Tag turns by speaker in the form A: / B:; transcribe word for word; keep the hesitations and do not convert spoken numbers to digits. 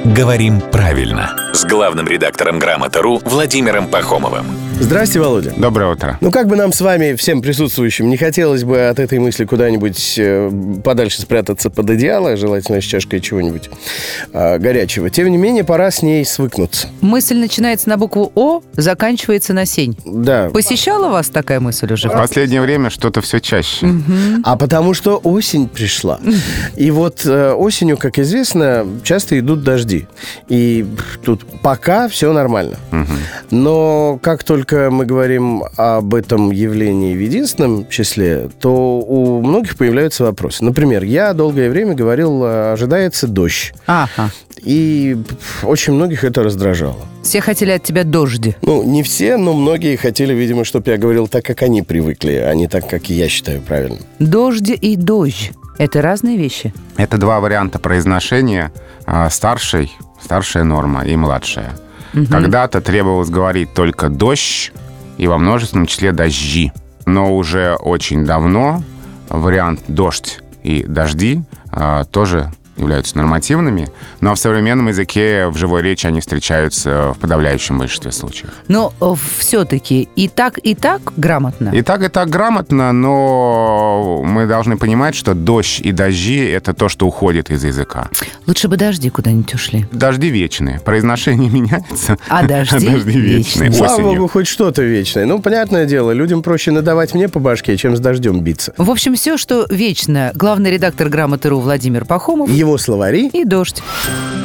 A: «Говорим правильно» с главным редактором «Грамоты.ру» Владимиром Пахомовым.
B: Здрасте, Володя.
C: Доброе утро.
B: Ну, как бы нам с вами, всем присутствующим, не хотелось бы от этой мысли куда-нибудь э, подальше спрятаться под одеяло, желательно с чашкой чего-нибудь э, горячего. Тем не менее, пора с ней свыкнуться.
D: Мысль начинается на букву «О», заканчивается на «сень».
B: Да.
D: Посещала вас такая мысль уже?
C: В последнее время что-то все чаще.
D: Мгм.
B: А потому что осень пришла. И вот э, осенью, как известно, часто идут дожди. И тут пока все нормально. Но как только мы говорим об этом явлении в единственном числе, то у многих появляются вопросы. Например, я долгое время говорил, ожидается дождь.
D: Ага.
B: И очень многих это раздражало.
D: Все хотели от тебя дожди.
B: Ну, не все, но многие хотели, видимо, чтобы я говорил так, как они привыкли, а не так, как я считаю правильным.
D: Дожди и дождь – это разные вещи.
C: Это два варианта произношения. а, Старший, старшая норма и младшая. Когда-то требовалось говорить только «дождь» и во множественном числе «дожди». Но уже очень давно вариант «дождь» и «дожди» а, тоже являются нормативными, но в современном языке в живой речи они встречаются в подавляющем большинстве случаев.
D: Но э, все-таки и так, и так грамотно.
C: И так, и так грамотно, но мы должны понимать, что дождь и дожди — это то, что уходит из языка.
D: Лучше бы дожди куда-нибудь ушли.
C: Дожди вечные. Произношение меняется.
D: А дожди вечные.
B: Слава
C: Осенью.
B: богу, хоть что-то вечное. Ну, понятное дело, людям проще надавать мне по башке, чем с дождем биться.
D: В общем, все, что вечно. Главный редактор «Грамоты.ру» Владимир Пахомов
B: Его словари.
D: и дождь.